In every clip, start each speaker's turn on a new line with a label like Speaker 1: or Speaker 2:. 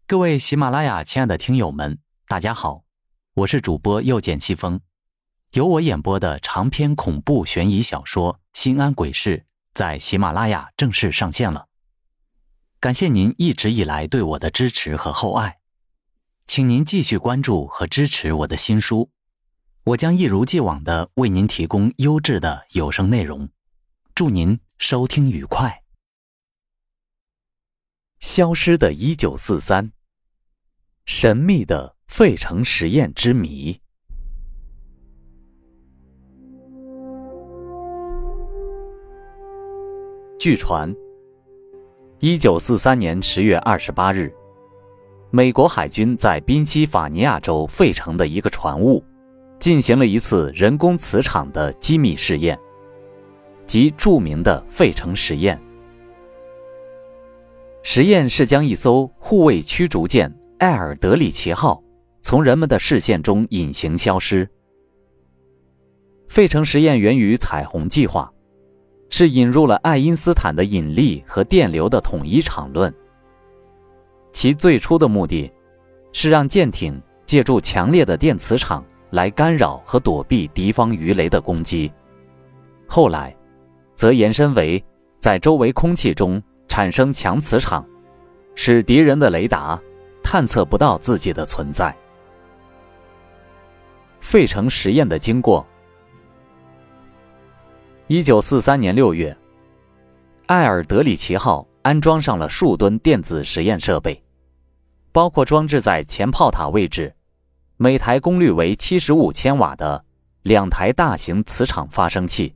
Speaker 1: 各位喜马拉雅亲爱的听友们，大家好，我是主播又见西风。由我演播的长篇恐怖悬疑小说《心安鬼事》在喜马拉雅正式上线了。感谢您一直以来对我的支持和厚爱，请您继续关注和支持我的新书，我将一如既往地为您提供优质的有声内容。祝您收听愉快。消失的1943，神秘的费城实验之谜。据传1943年10月28日，美国海军在宾夕法尼亚州费城的一个船坞进行了一次人工磁场的机密试验，即著名的费城实验。实验是将一艘护卫驱逐舰艾尔德里奇号从人们的视线中隐形消失。费城实验源于彩虹计划，是引入了爱因斯坦的引力和电流的统一场论。其最初的目的是让舰艇借助强烈的电磁场来干扰和躲避敌方鱼雷的攻击，后来则延伸为在周围空气中产生强磁场，使敌人的雷达探测不到自己的存在。费城实验的经过。1943年6月，艾尔德里奇号安装上了数吨电子实验设备，包括装置在前炮塔位置，每台功率为75千瓦的2台大型磁场发生器。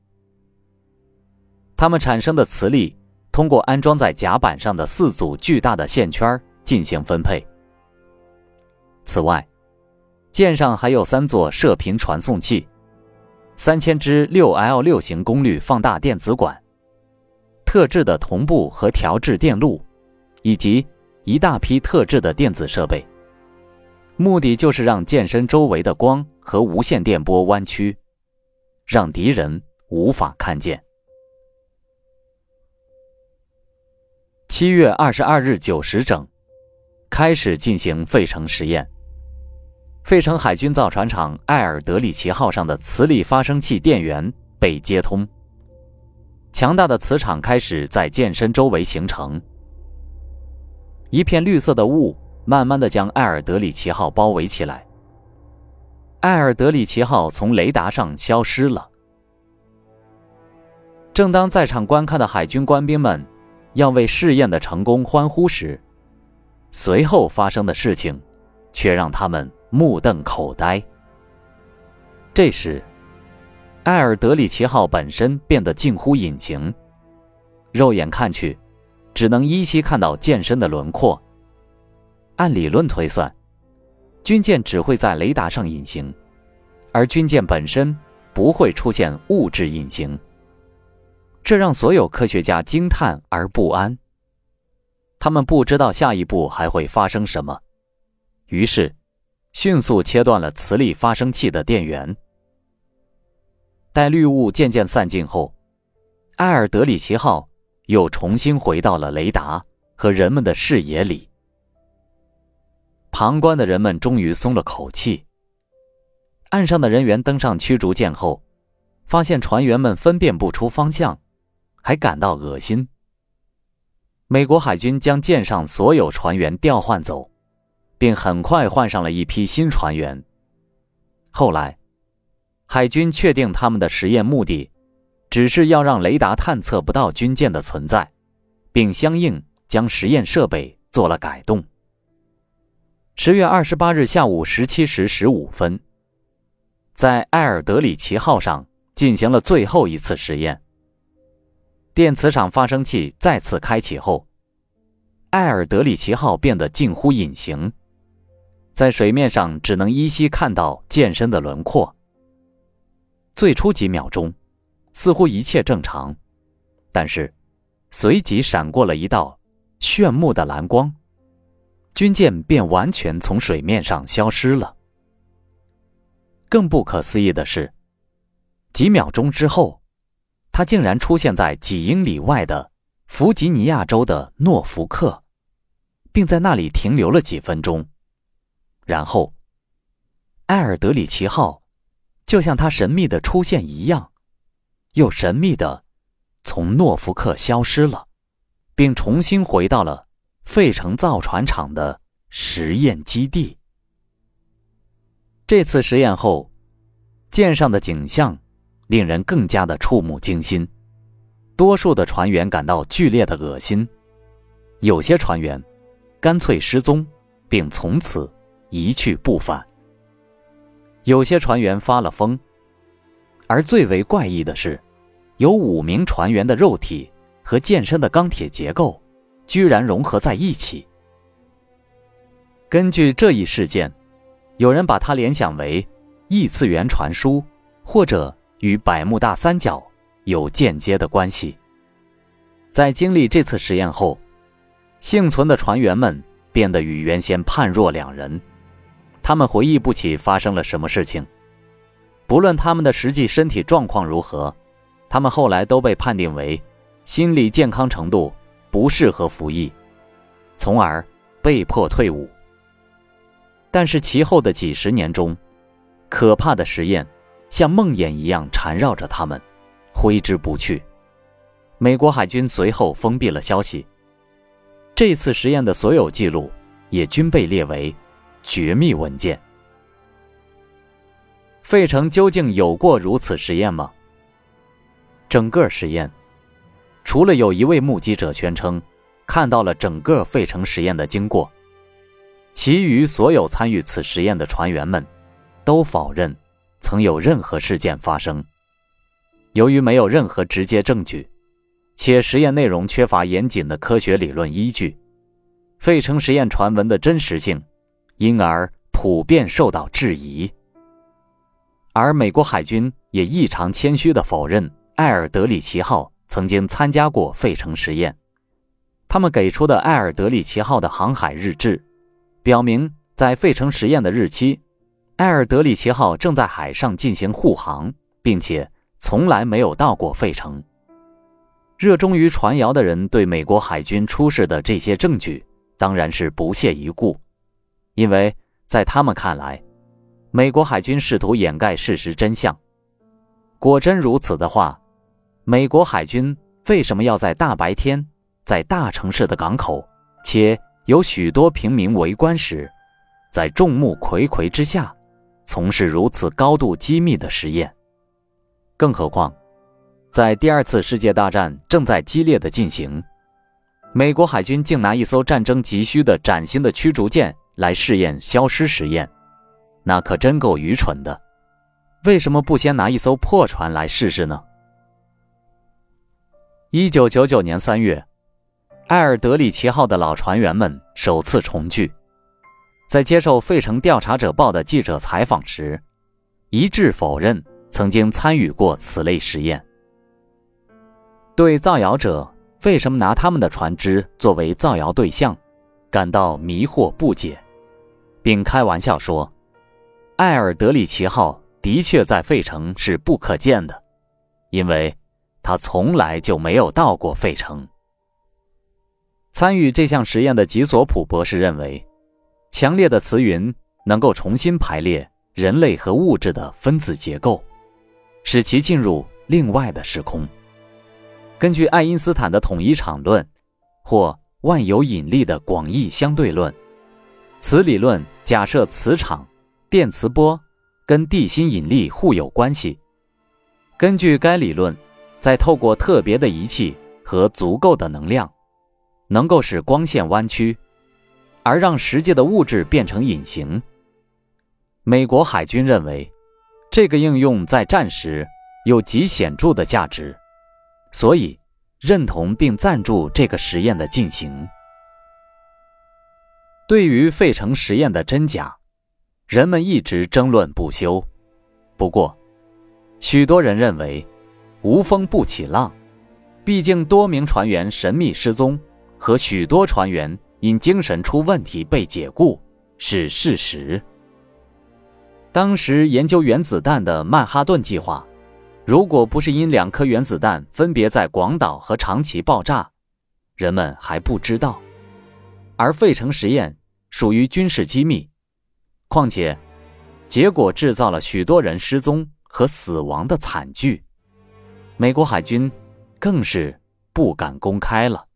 Speaker 1: 它们产生的磁力通过安装在甲板上的4组巨大的线圈进行分配。此外，舰上还有3座射频传送器，3000支 6L6 型功率放大电子管，特制的同步和调制电路，以及一大批特制的电子设备，目的就是让舰身周围的光和无线电波弯曲，让敌人无法看见。7月22日9时整，开始进行费城实验。费城海军造船厂艾尔德里奇号上的磁力发生器电源被接通，强大的磁场开始在舰身周围形成。一片绿色的雾慢慢地将艾尔德里奇号包围起来，艾尔德里奇号从雷达上消失了。正当在场观看的海军官兵们要为试验的成功欢呼时，随后发生的事情却让他们目瞪口呆。这时，艾尔德里奇号本身变得近乎隐形，肉眼看去只能依稀看到舰身的轮廓。按理论推算，军舰只会在雷达上隐形，而军舰本身不会出现物质隐形，这让所有科学家惊叹而不安。他们不知道下一步还会发生什么，于是迅速切断了磁力发生器的电源。待绿雾渐渐散尽后，埃尔德里奇号又重新回到了雷达和人们的视野里。旁观的人们终于松了口气。岸上的人员登上驱逐舰后，发现船员们分辨不出方向，还感到恶心。美国海军将舰上所有船员调换走，并很快换上了一批新船员。后来，海军确定他们的实验目的只是要让雷达探测不到军舰的存在，并相应将实验设备做了改动。10月28日下午17时15分，在埃尔德里奇号上进行了最后一次实验。电磁场发生器再次开启后，埃尔德里奇号变得近乎隐形，在水面上只能依稀看到舰身的轮廓。最初几秒钟，似乎一切正常，但是随即闪过了一道炫目的蓝光，军舰便完全从水面上消失了。更不可思议的是，几秒钟之后，它竟然出现在几英里外的弗吉尼亚州的诺福克， 并在那里停留了几分钟。然后，艾尔德里奇号就像它神秘的出现一样，又神秘地从诺福克消失了，并重新回到了费城造船厂的实验基地。这次实验后，舰上的景象令人更加的触目惊心，多数的船员感到剧烈的恶心，有些船员干脆失踪，并从此一去不返。有些船员发了疯，而最为怪异的是，有5名船员的肉体和舰身的钢铁结构居然融合在一起。根据这一事件，有人把它联想为异次元传输，或者与百慕大三角有间接的关系。在经历这次实验后，幸存的船员们变得与原先判若两人，他们回忆不起发生了什么事情。不论他们的实际身体状况如何，他们后来都被判定为心理健康程度不适合服役，从而被迫退伍。但是其后的几十年中，可怕的实验像梦魇一样缠绕着他们，挥之不去。美国海军随后封闭了消息，这次实验的所有记录也均被列为绝密文件。费城究竟有过如此实验吗？整个实验，除了有一位目击者宣称看到了整个费城实验的经过，其余所有参与此实验的船员们都否认曾有任何事件发生。由于没有任何直接证据，且实验内容缺乏严谨的科学理论依据，费城实验传闻的真实性因而普遍受到质疑。而美国海军也异常谦虚地否认艾尔德里奇号曾经参加过费城实验。他们给出的艾尔德里奇号的航海日志表明，在费城实验的日期，艾尔德里奇号正在海上进行护航，并且从来没有到过费城。热衷于传谣的人对美国海军出示的这些证据当然是不屑一顾，因为在他们看来，美国海军试图掩盖事实真相。果真如此的话，美国海军为什么要在大白天，在大城市的港口，且有许多平民围观时，在众目睽睽之下从事如此高度机密的实验？更何况在第2次世界大战正在激烈的进行，美国海军竟拿一艘战争急需的崭新的驱逐舰来试验消失实验，那可真够愚蠢的。为什么不先拿一艘破船来试试呢？1999年3月，艾尔德里奇号的老船员们首次重聚，在接受费城调查者报的记者采访时，一致否认曾经参与过此类实验。对造谣者为什么拿他们的船只作为造谣对象感到迷惑不解，并开玩笑说，艾尔德里奇号的确在费城是不可见的，因为他从来就没有到过费城。参与这项实验的吉索普博士认为，强烈的磁云能够重新排列人类和物质的分子结构，使其进入另外的时空。根据爱因斯坦的统一场论或万有引力的广义相对论，此理论假设磁场、电磁波跟地心引力互有关系。根据该理论，再透过特别的仪器和足够的能量，能够使光线弯曲，而让实际的物质变成隐形。美国海军认为，这个应用在战时有极显著的价值，所以认同并赞助这个实验的进行。对于费城实验的真假，人们一直争论不休。不过，许多人认为无风不起浪，毕竟多名船员神秘失踪和许多船员因精神出问题被解雇是事实。当时研究原子弹的曼哈顿计划，如果不是因2颗原子弹分别在广岛和长崎爆炸，人们还不知道。 而费城实验属于军事机密，况且结果制造了许多人失踪和死亡的惨剧，美国海军更是不敢公开了。